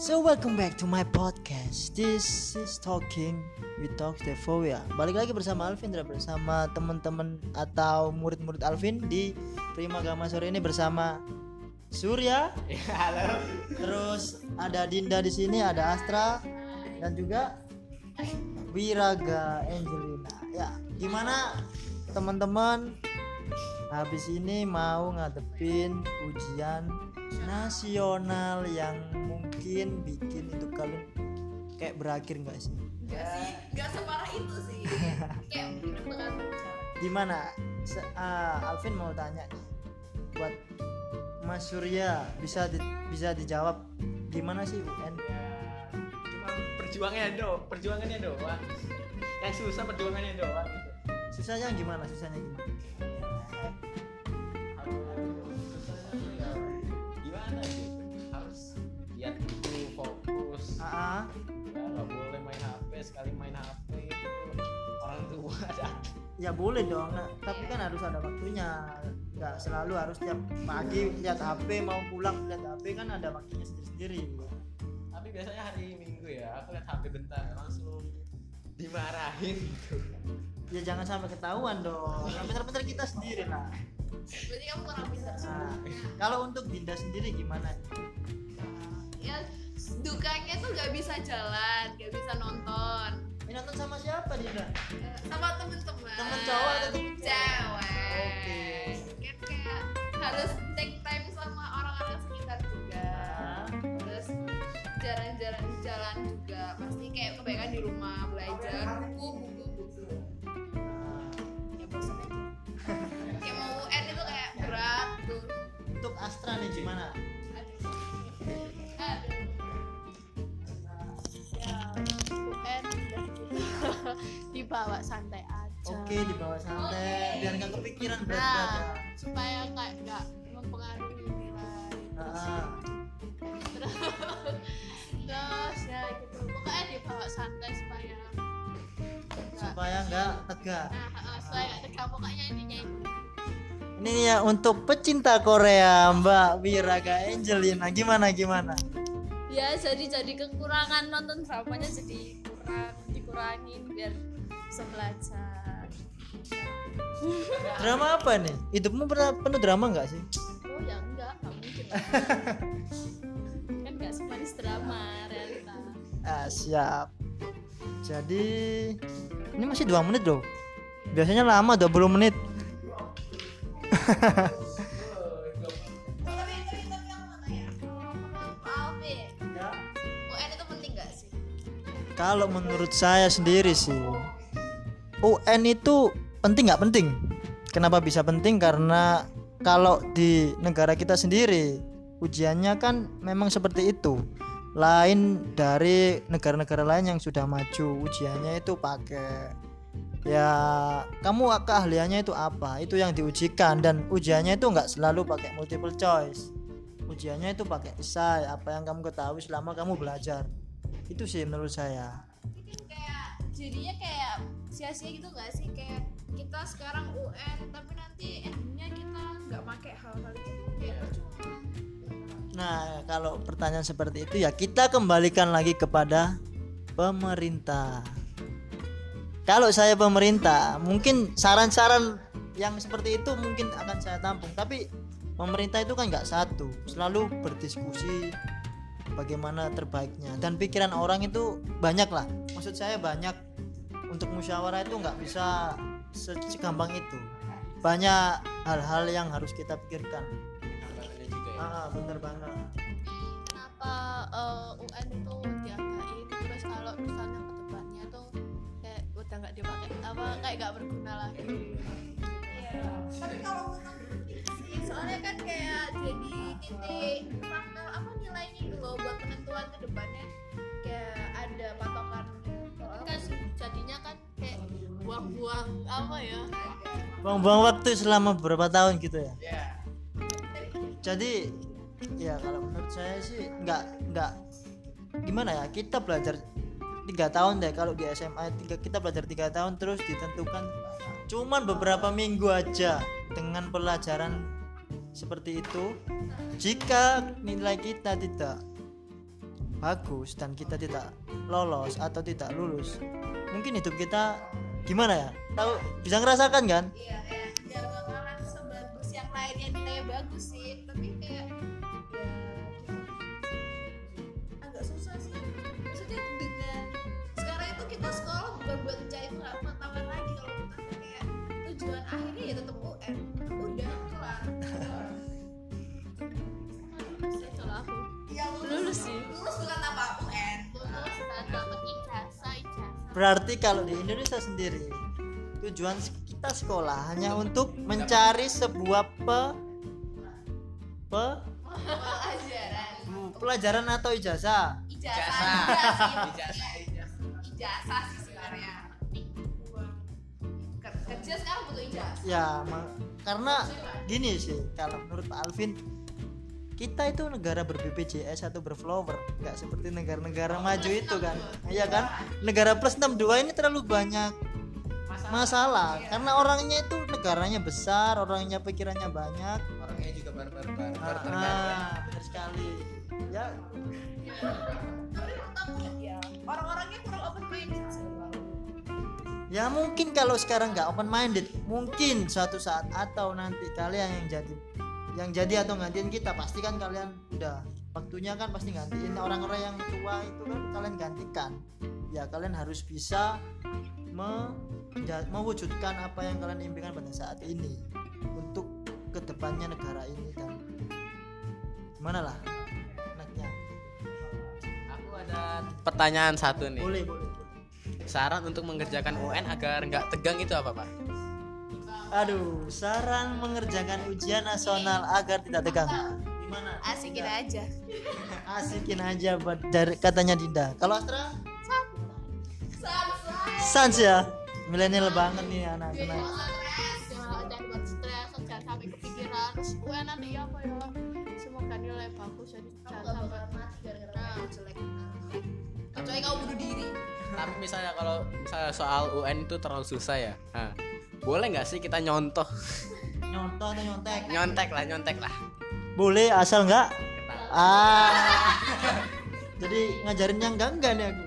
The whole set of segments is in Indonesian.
So welcome back to my podcast. This is Talking with Talk Devovia. Balik lagi bersama Alvin, bersama teman-teman atau murid-murid Alvin di Prima Gama sore ini bersama Surya. Halo. Terus ada Dinda di sini, ada Astra dan juga Wiraga Angelina. Ya, gimana teman-teman? Habis ini mau ngadepin ujian nasional yang mungkin bikin itu kalian kayak berakhir nggak sih? Enggak separah itu sih. Kayak dengan Gimana? Alvin mau tanya nih, buat Mas Surya bisa dijawab gimana sih UN? Cuma perjuangannya doang. Yang susah perjuangannya doang gitu. Susahnya gimana? Gimana sih? Harus lihat dulu, fokus. Ya, nggak boleh main HP. Sekali main HP itu orang tua ada. Ya boleh dong, tapi kan harus ada waktunya. Nggak selalu harus tiap pagi lihat HP, mau pulang lihat HP, kan ada waktunya sendiri-sendiri. Tapi biasanya hari Minggu ya, aku lihat HP bentar langsung dimarahin gitu. Ya jangan sampai ketahuan dong. Yang pintar-pintar kita sendiri lah. berarti kamu kurang pintar sih. Nah, kalau untuk Dinda sendiri gimana? Ya dukanya tuh nggak bisa jalan, nggak bisa nonton. Nonton sama siapa Dinda? Sama temen-temen. Temen cowok atau temen cewek? Oke. Kan kayak harus take time sama orang-orang sekitar juga. Terus jalan-jalan juga. Pasti kayak kebanyakan di rumah belajar buku. Ya bosan aja. Kayak mau UN itu kayak berat tuh. Untuk Astra nih gimana? Aduh. Ya UN udah gitu dibawa santai aja. Oke, dibawa santai biar nggak kepikiran Nah, berat-berat. supaya kayak nggak mempengaruhi nilai. Terus ya gitu. Pokoknya dibawa santai Supaya nggak tegak. supaya nggak tegang. Pokoknya intinya itu. Ini ya untuk pecinta Korea Mbak Wiraga Angelina, gimana? Ya jadi kekurangan nonton dramanya jadi dikurangin biar bisa belajar. Drama apa nih? Hidupmu penuh drama nggak sih? Oh ya enggak mungkin lah. Kan nggak semanis drama realita. Siap. Jadi ini masih 2 menit loh. Biasanya lama 20 menit. Tapi aku mau tanya, Pak Alvin, UN itu penting nggak sih? Kalau menurut saya sendiri sih, UN itu penting nggak penting. Kenapa bisa penting? Karena kalau di negara kita sendiri ujiannya kan memang seperti itu. Lain dari negara-negara lain yang sudah maju, ujiannya itu pakai ya kamu keahliannya itu apa, itu yang diujikan. Dan ujiannya itu nggak selalu pakai multiple choice, ujiannya itu pakai esai, apa yang kamu ketahui selama kamu belajar. Itu sih menurut saya. Kayak jadinya kayak sia-sia gitu nggak sih, kayak kita sekarang UN tapi nanti endingnya kita nggak pakai hal-hal itu, kayak percuma. Nah, kalau pertanyaan seperti itu ya kita kembalikan lagi kepada pemerintah. Kalau saya pemerintah, mungkin saran-saran yang seperti itu mungkin akan saya tampung. Tapi pemerintah itu kan nggak satu, selalu berdiskusi bagaimana terbaiknya. Dan pikiran orang itu banyak lah. Maksud saya banyak. Untuk musyawarah itu nggak bisa segampang itu. Banyak hal-hal yang harus kita pikirkan. Tantangannya juga ya. Bener banget. Kenapa UN itu diadain, terus kalau misalnya ke depannya tuh kayak udah nggak dipakai kayak nggak berguna lagi. Iya. Tapi kalau menurut sih, soalnya kan kayak jadi titik pangkal apa nilainya itu loh buat penentuan ke depannya, kayak ada patokan. Kan jadinya kan kayak buang-buang apa ya, Buang-buang waktu selama beberapa tahun gitu ya. Ya. Jadi ya kalau menurut saya sih nggak gimana ya, kita belajar 3 tahun deh. Kalau di SMA kita belajar 3 tahun terus ditentukan cuman beberapa minggu aja dengan pelajaran seperti itu. Jika nilai kita tidak bagus dan kita tidak lolos atau tidak lulus, mungkin hidup kita gimana ya? Tahu, bisa ngerasakan kan? Iya, kayak nggak bakalan sebagus yang lain yang nilainya bagus sih, tapi kayak ya agak susah sih. Maksudnya dengan sekarang itu kita sekolah bukan buat mencari pengetahuan lagi, kalau kita tuh kayak tujuan akhirnya ya tetap UN, udah kelar. Kalau aku Ya lulus sih. lulus bukan apa UN. lulus dan dapat ijazah. Berarti kalau di Indonesia sendiri tujuan kita sekolah hanya untuk mencari sebuah pelajaran atau ijazah. Ijazah sih sebenarnya. Kerja sekarang butuh ijazah. Ya, karena gini sih, kalau menurut Pak Alvin, kita itu negara ber-BPJS atau berflower, nggak seperti negara-negara maju itu kan. Iya kan? Negara plus 62 ini terlalu banyak masalah karena orangnya itu negaranya besar, orangnya pikirannya banyak, Orangnya juga barbar benar sekali. Ya, Tapi menurut aku ya orang-orangnya kurang open minded sih. ya mungkin kalau sekarang nggak open minded, mungkin suatu saat atau nanti kalian yang jadi atau gantiin kita, pasti kan kalian udah waktunya kan pasti gantiin orang-orang yang tua itu kan, kalian gantikan. Ya kalian harus bisa mewujudkan apa yang kalian impikan pada saat ini untuk kedepannya negara ini, dan gimana lah enaknya. Aku ada pertanyaan satu nih. Boleh. Saran untuk mengerjakan UN agar nggak tegang itu apa, Pak? Aduh, saran mengerjakan ujian nasional agar tidak tegang. Gimana? Asikin aja. Asikin aja buat dari katanya Dinda. Kalau Astra? Sans. Sans ya. Milenial banget nih anak-anak. Jangan buat stres, jangan sampai kepikiran terus UN nanti apa ya, semoga nilai bagus jadi jangan sampai Mati gara-gara kamu jelek. Kecuali kamu bunuh diri. Tapi misalnya kalau soal UN itu terlalu susah ya. Nah, boleh nggak sih kita nyontoh? Nyontoh atau nyontek? Nyontek lah. Boleh asal enggak? Jadi ngajarin yang enggak nih aku.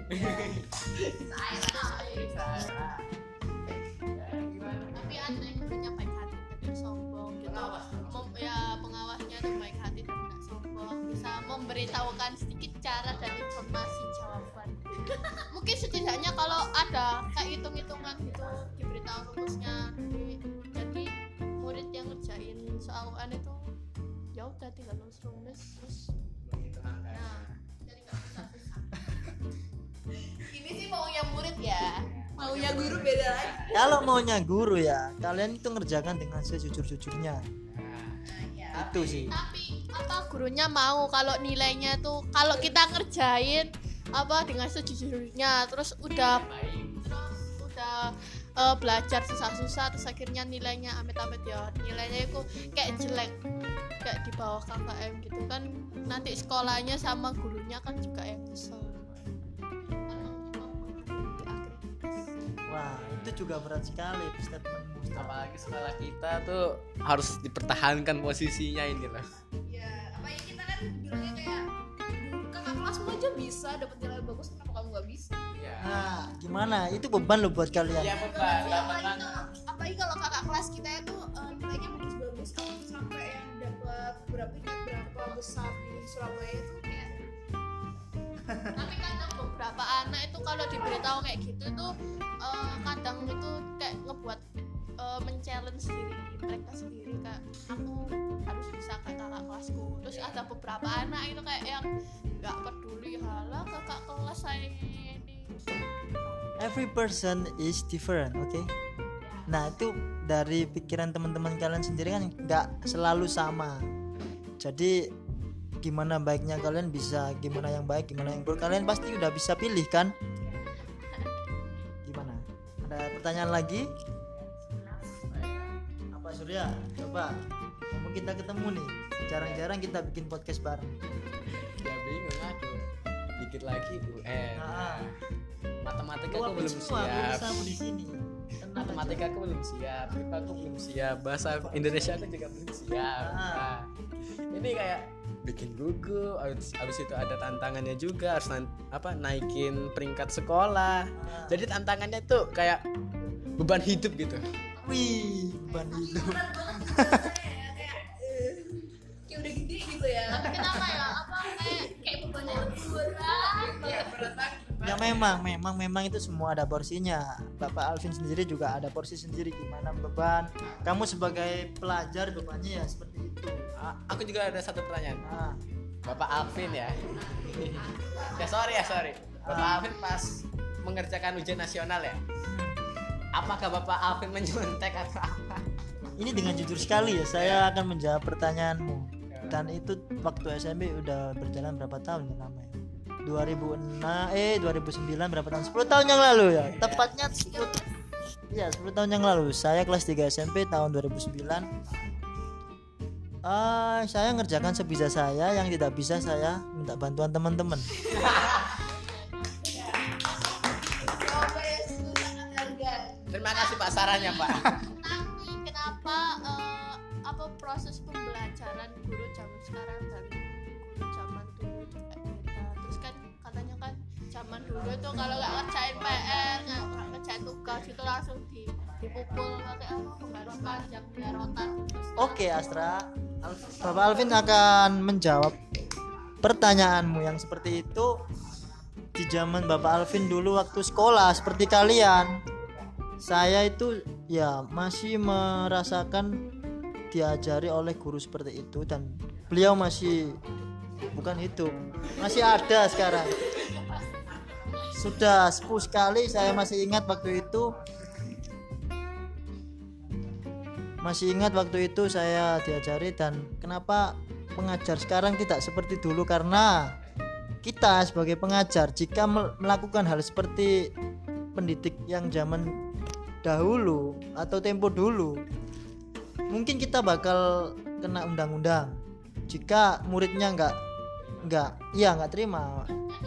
tapi ada yang gurunya baik hati tapi sombong gitu. Ya pengawasnya tuh baik hati dan nggak sombong, bisa memberitahukan sedikit cara dan informasi jawaban. Mungkin setidaknya kalau ada kayak hitung-hitungan gitu diberitahu rumusnya, jadi murid yang ngerjain soal UN itu ya udah tinggal rumus terus jadi nggak susah-susah. Ini sih maunya murid ya. Maunya guru beda lagi. Kalau maunya guru ya, kalian itu ngerjakan dengan sejujur-jujurnya. Itu sih. Tapi apa gurunya mau kalau nilainya tuh kalau kita ngerjain apa dengan sejujurnya terus udah belajar susah-susah terus akhirnya nilainya amit-amit ya nilainya itu kayak jelek kayak di bawah KKM gitu kan, nanti sekolahnya sama gurunya kan juga yang nyesel. Wah, itu juga berat sekali statementmu. Apalagi sekolah kita tuh harus dipertahankan posisinya ini loh. Ya, apa ya kita kan bilangnya kayak kakak kelasmu aja bisa dapat nilai bagus, kenapa kamu nggak bisa? Iya. Nah, gimana? Itu beban loh buat kalian. Iya beban. Apalagi kalau kakak kelas kita itu nilainya bagus-bagus, sampai yang dapat berapa besar di Surabaya itu kayak. Tapi kadang beberapa anak itu kalau diberitahu kayak gitu tuh kadang itu kayak ngebuat men-challenge diri mereka sendiri, kayak aku harus bisa kayak kakak kelasku. Terus ada beberapa anak itu kayak yang nggak peduli, halah kakak kelas saya ini. Every person is different, oke? Nah, itu dari pikiran teman-teman kalian sendiri kan nggak selalu sama. Jadi gimana baiknya kalian bisa, gimana yang baik, gimana yang buruk, kalian pasti udah bisa pilih kan? Gimana? Ada pertanyaan lagi? Apa Surya? Coba. Ngomong kita ketemu nih. Jarang-jarang kita bikin podcast bareng. Ya bingung aku. Dikit lagi UN. Nah, Matematika gua aku belum semua siap. berusaha di sini. Tenang aja. Matematika aku belum siap, IPA aku belum siap, bahasa Indonesia aku juga belum siap. Ah. Nah, Ini kayak bikin gugu, habis itu ada tantangannya juga, harus naikin peringkat sekolah. Jadi tantangannya tuh kayak beban hidup gitu. Wih, beban hidup. Kayak udah gede gitu ya. Tapi kenapa ya? Apa kayak bebannya itu berat? Ya memang itu semua ada porsinya. Bapak Alvin sendiri juga ada porsi sendiri gimana beban. Kamu sebagai pelajar bebannya ya seperti itu. Aku juga ada satu pertanyaan. Nah, Bapak Alvin ya. sorry. Bapak Alvin pas mengerjakan ujian nasional ya. Apakah Bapak Alvin menyontek atau apa? ini dengan jujur sekali ya saya akan menjawab pertanyaanmu. Dan itu waktu SMP udah berjalan berapa tahun ya namanya? 2009 berapa tahun? 10 tahun yang lalu ya. Tepatnya 10 tahun yang lalu. Saya kelas 3 SMP tahun 2009. Saya ngerjakan sebisa saya, yang tidak bisa saya minta bantuan teman-teman. Terima kasih Pak sarannya Pak. Tapi kenapa apa proses pembelajaran guru zaman sekarang dan guru zaman dulu itu kayak beda? Terus kan katanya kan zaman dulu itu kalau nggak ngerjain PR, nggak ngerjain tugas itu langsung dipukul pakai apa pembaris panjang biar rotan. Oke Astra, Bapak Alvin akan menjawab pertanyaanmu yang seperti itu di zaman Bapak Alvin dulu waktu sekolah seperti kalian. Saya itu ya masih merasakan diajari oleh guru seperti itu dan beliau masih bukan hidup, masih ada sekarang. Sudah sepuh sekali, saya masih ingat waktu itu. Saya diajari. Dan kenapa pengajar sekarang tidak seperti dulu? Karena kita sebagai pengajar jika melakukan hal seperti pendidik yang zaman dahulu atau tempo dulu, mungkin kita bakal kena undang-undang jika muridnya nggak terima.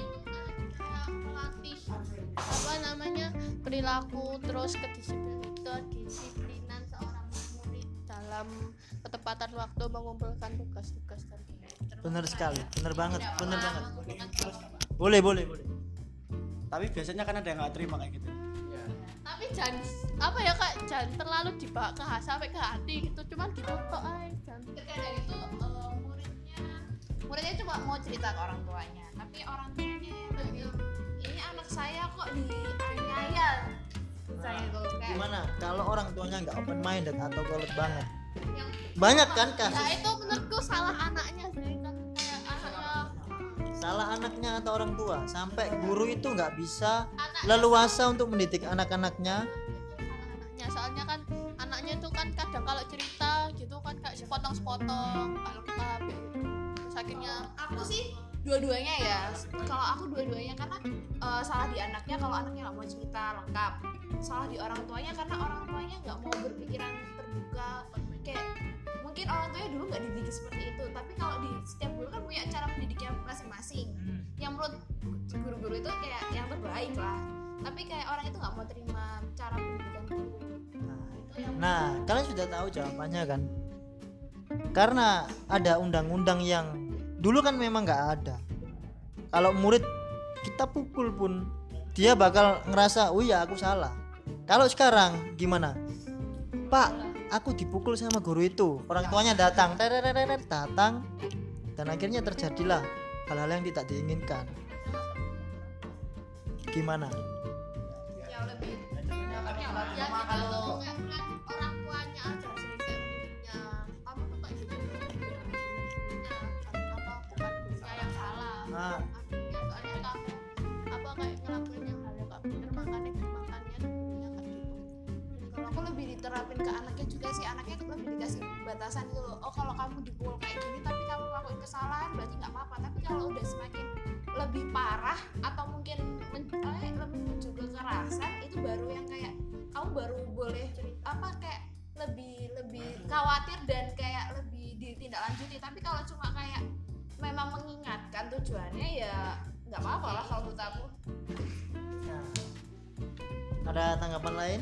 Melatih apa namanya perilaku terus kedisiplinan seorang murid dalam ketepatan waktu mengumpulkan tugas-tugas tadi. Benar sekali, benar banget. Boleh. Tapi biasanya kan ada yang nggak terima kayak gitu. Tapi jangan terlalu dibawa ke sampai ke hati gitu, cuman ditutup aja. Terkadang itu muridnya cuma mau cerita ke orang tuanya, tapi orang tuanya lebih ini anak saya kok dianiaya saya tuh kayak Gimana kalau orang tuanya nggak open minded atau kolot banget? yang Banyak kan Nah kasus. itu menurutku salah anaknya sih kan, kayak anaknya Salah anaknya atau orang tua, sampai guru itu nggak bisa leluasa untuk mendidik anak-anaknya. soalnya kan anaknya itu kan kadang kalau cerita gitu kan kayak sepotong-sepotong nggak lengkap gitu. Terus akhirnya aku sih dua-duanya ya, kalau aku dua-duanya karena salah di anaknya kalau anaknya nggak mau cerita lengkap, salah di orang tuanya karena orang tuanya nggak mau berpikiran terbuka. Kayak mungkin orang tuanya dulu nggak dididik seperti itu, tapi kalau di setiap guru kan punya cara mendidiknya masing-masing yang menurut guru-guru itu kayak yang terbaik lah, tapi kayak orang itu nggak mau terima cara pendidikan guru. Nah, kalian sudah tahu jawabannya kan? Karena ada undang-undang yang dulu kan memang nggak ada. Kalau murid kita pukul pun dia bakal ngerasa, oh iya aku salah. Kalau sekarang gimana? Pak, aku dipukul sama guru itu. Orang tuanya datang, dan akhirnya terjadilah hal-hal yang tidak diinginkan. Gimana? Yang lebih ya kalau kayak kan orang tuanya aja sih kayak mendidiknya, kamu tuh kayak gitu gurunya apa bukan gurunya yang salah. Akhirnya soalnya kamu apa kayak ngelakuin yang hal yang gak bener, makanya gurunya kayak gitu. Dan kalau aku lebih diterapin ke anaknya juga sih, anaknya tuh lebih dikasih batasan gitu loh. Oh kalau kamu dipukul kayak gini tapi kamu ngelakuin kesalahan berarti nggak apa-apa, tapi kalau udah semakin lebih parah atau mungkin lebih muncul kekerasan, itu baru yang kayak kamu baru boleh apa kayak lebih khawatir dan kayak lebih ditindaklanjuti. Tapi kalau cuma kayak memang mengingatkan tujuannya ya nggak apa-apa lah kalau menurut aku. Ada tanggapan lain?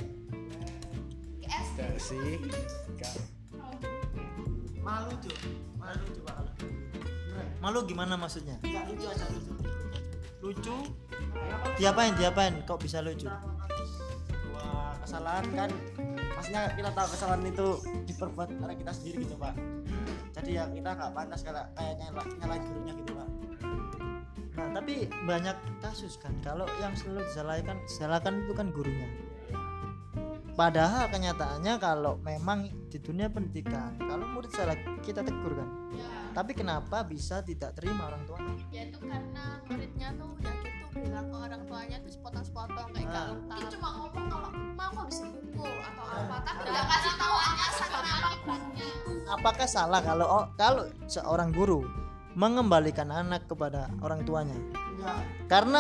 SD Enggak sih. Malu coba. Malu gimana maksudnya? Enggak lucu aja lucu. Lucu? Diapain? Kok bisa lucu? Wah, kesalahan kan maksudnya kita tahu kesalahan itu diperbuat oleh kita sendiri gitu pak. Jadi ya kita nggak pantas kayak nyalain gurunya gitu pak. Nah, tapi banyak kasus kan kalau yang selalu disalahkan itu kan gurunya. Padahal kenyataannya kalau memang di dunia pendidikan, kalau murid salah kita tegur kan. Ya, Tapi kenapa bisa tidak terima orang tuanya? ya itu karena muridnya tuh ya gitu bilang ke orang tuanya terus potong-potong kayak gak Ah. Dia lengkap. cuma ngomong kalau mau kok bisa dipukul atau apa, tapi Udah nggak kasih tahu alasan kenapa akibatnya. Apakah salah kalau seorang guru mengembalikan anak kepada orang tuanya? Enggak. Karena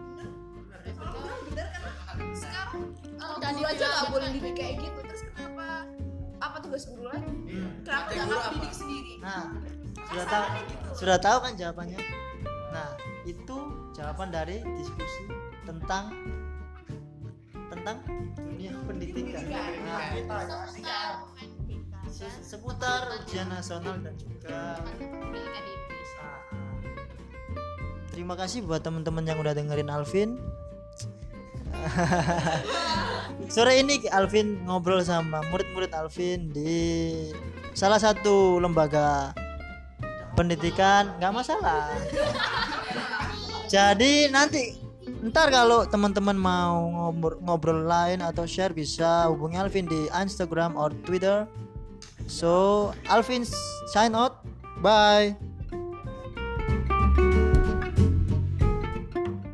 sekarang Udah guru aja dibilang nggak boleh kan. didik kayak gitu, terus kenapa apa tugas guru lagi? Kenapa Tugas nggak guru kamu apa? didik sendiri? nah, sudah tahu kan jawabannya. Nah, itu jawaban dari diskusi tentang dunia pendidikan. Nah, Kita ya. Seputar pendidikan. seputar ujian nasional dan juga Pendidikan Indonesia. terima kasih buat teman-teman yang udah dengerin Alvin. Sore ini Alvin ngobrol sama murid-murid Alvin di salah satu lembaga pendidikan, nggak masalah. Jadi nanti ntar kalau teman-teman mau ngobrol lain atau share bisa hubungi Alvin di Instagram or Twitter. So Alvin sign out, bye.